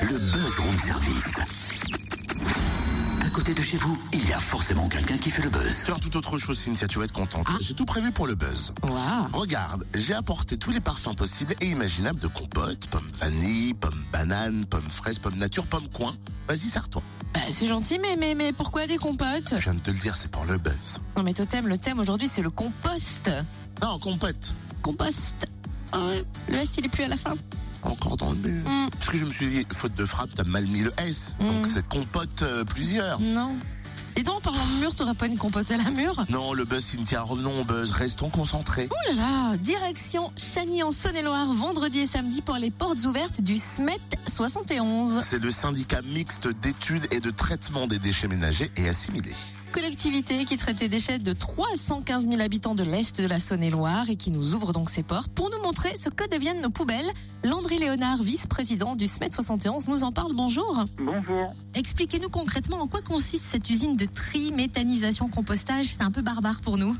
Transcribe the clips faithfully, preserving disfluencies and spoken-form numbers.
Le Buzz Room Service. À côté de chez vous, il y a forcément quelqu'un qui fait le buzz. Tu as tout autre chose, Cynthia, tu vas être contente. Ah. J'ai tout prévu pour le buzz. Wow. Regarde, j'ai apporté tous les parfums possibles et imaginables de compote. Pomme vanille, pomme banane, pomme fraise, pomme nature, pomme coin. Vas-y, serre-toi. Bah, c'est gentil, mais, mais, mais pourquoi des compotes? Je viens de te le dire, c'est pour le buzz. Non mais Totem, le thème aujourd'hui c'est le compost. Non, compote. Compost. Ah ouais, le S il est plus à la fin. Encore dans le mur. Mm. Parce que je me suis dit, faute de frappe, t'as mal mis le S. Mm. Donc c'est compote euh, plusieurs. Non. Et donc en parlant de mur, t'aurais pas une compote à la mur? Non, le buzz, Cynthia, revenons au buzz. Restons concentrés. Oh là là, direction Chagny en Saône-et-Loire, vendredi et samedi pour les portes ouvertes du S M E T soixante et onze. C'est le syndicat mixte d'études et de traitement des déchets ménagers et assimilés. Collectivité qui traite les déchets de trois cent quinze mille habitants de l'Est de la Saône-et-Loire et qui nous ouvre donc ses portes pour nous montrer ce que deviennent nos poubelles. Landry Léonard, vice-président du S M E T soixante et onze, nous en parle. Bonjour. Bonjour. Expliquez-nous concrètement en quoi consiste cette usine de tri, méthanisation, compostage. C'est un peu barbare pour nous.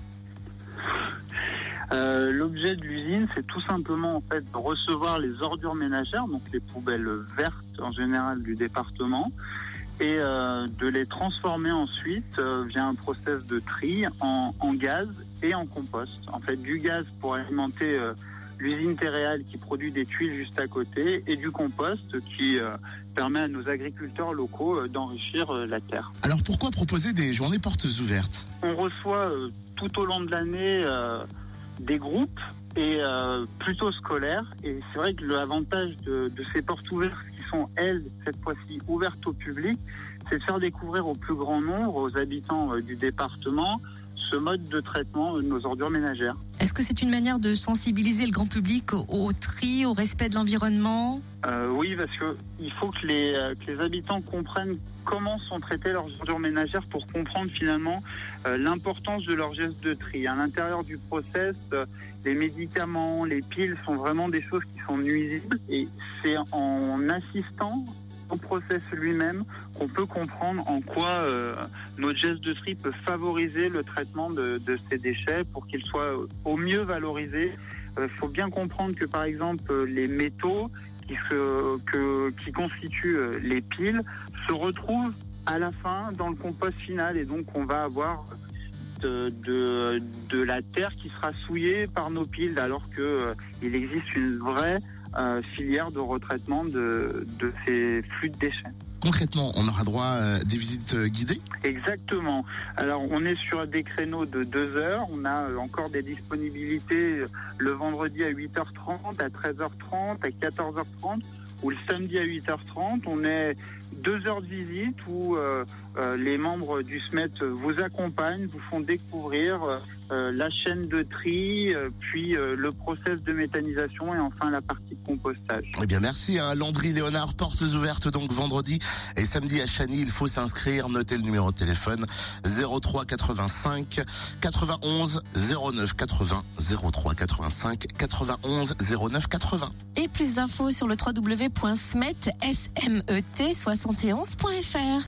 Euh, L'objet de l'usine, c'est tout simplement en fait de recevoir les ordures ménagères, donc les poubelles vertes en général du département, et euh, de les transformer ensuite euh, via un process de tri en, en gaz et en compost. En fait, du gaz pour alimenter euh, l'usine Terréal qui produit des tuiles juste à côté, et du compost qui euh, permet à nos agriculteurs locaux euh, d'enrichir euh, la terre. Alors pourquoi proposer des journées portes ouvertes? On reçoit euh, tout au long de l'année euh, des groupes et euh, plutôt scolaires, et c'est vrai que l'avantage de, de ces portes ouvertes qui sont, elles, cette fois-ci ouvertes au public, c'est de faire découvrir au plus grand nombre, aux habitants euh, du département, ce mode de traitement de nos ordures ménagères. Est-ce que c'est une manière de sensibiliser le grand public au, au tri, au respect de l'environnement? Euh, oui, parce que il faut que les, euh, que les habitants comprennent comment sont traitées leurs ordures ménagères pour comprendre finalement euh, l'importance de leur geste de tri. À l'intérieur du process, euh, les médicaments, les piles sont vraiment des choses qui sont nuisibles, et c'est en assistant au process lui-même qu'on peut comprendre en quoi euh, notre geste de tri peut favoriser le traitement de, de ces déchets pour qu'ils soient au mieux valorisés. Il euh, faut bien comprendre que par exemple les métaux qui, se, que, qui constituent les piles se retrouvent à la fin dans le compost final, et donc on va avoir de, de, de la terre qui sera souillée par nos piles, alors qu'il euh, existe une vraie Euh, filière de retraitement de, de ces flux de déchets. Concrètement, on aura droit à des visites guidées? Exactement. Alors, on est sur des créneaux de deux heures. On a encore des disponibilités le vendredi à huit heures trente, à treize heures trente, à quatorze heures trente, ou le samedi à huit heures trente. On est deux heures de visite où euh, euh, les membres du S M E T vous accompagnent, vous font découvrir euh, la chaîne de tri, euh, puis euh, le process de méthanisation et enfin la partie de compostage. Eh bien merci, hein, Landry Léonard, portes ouvertes donc vendredi et samedi à Chagny. Il faut s'inscrire, notez le numéro de téléphone zéro trois quatre-vingt-cinq quatre-vingt-onze zéro neuf quatre-vingts, zéro trois quatre-vingt-cinq quatre-vingt-onze zéro neuf quatre-vingts. Et plus d'infos sur le w w w point s m e t soixante et onze point f r.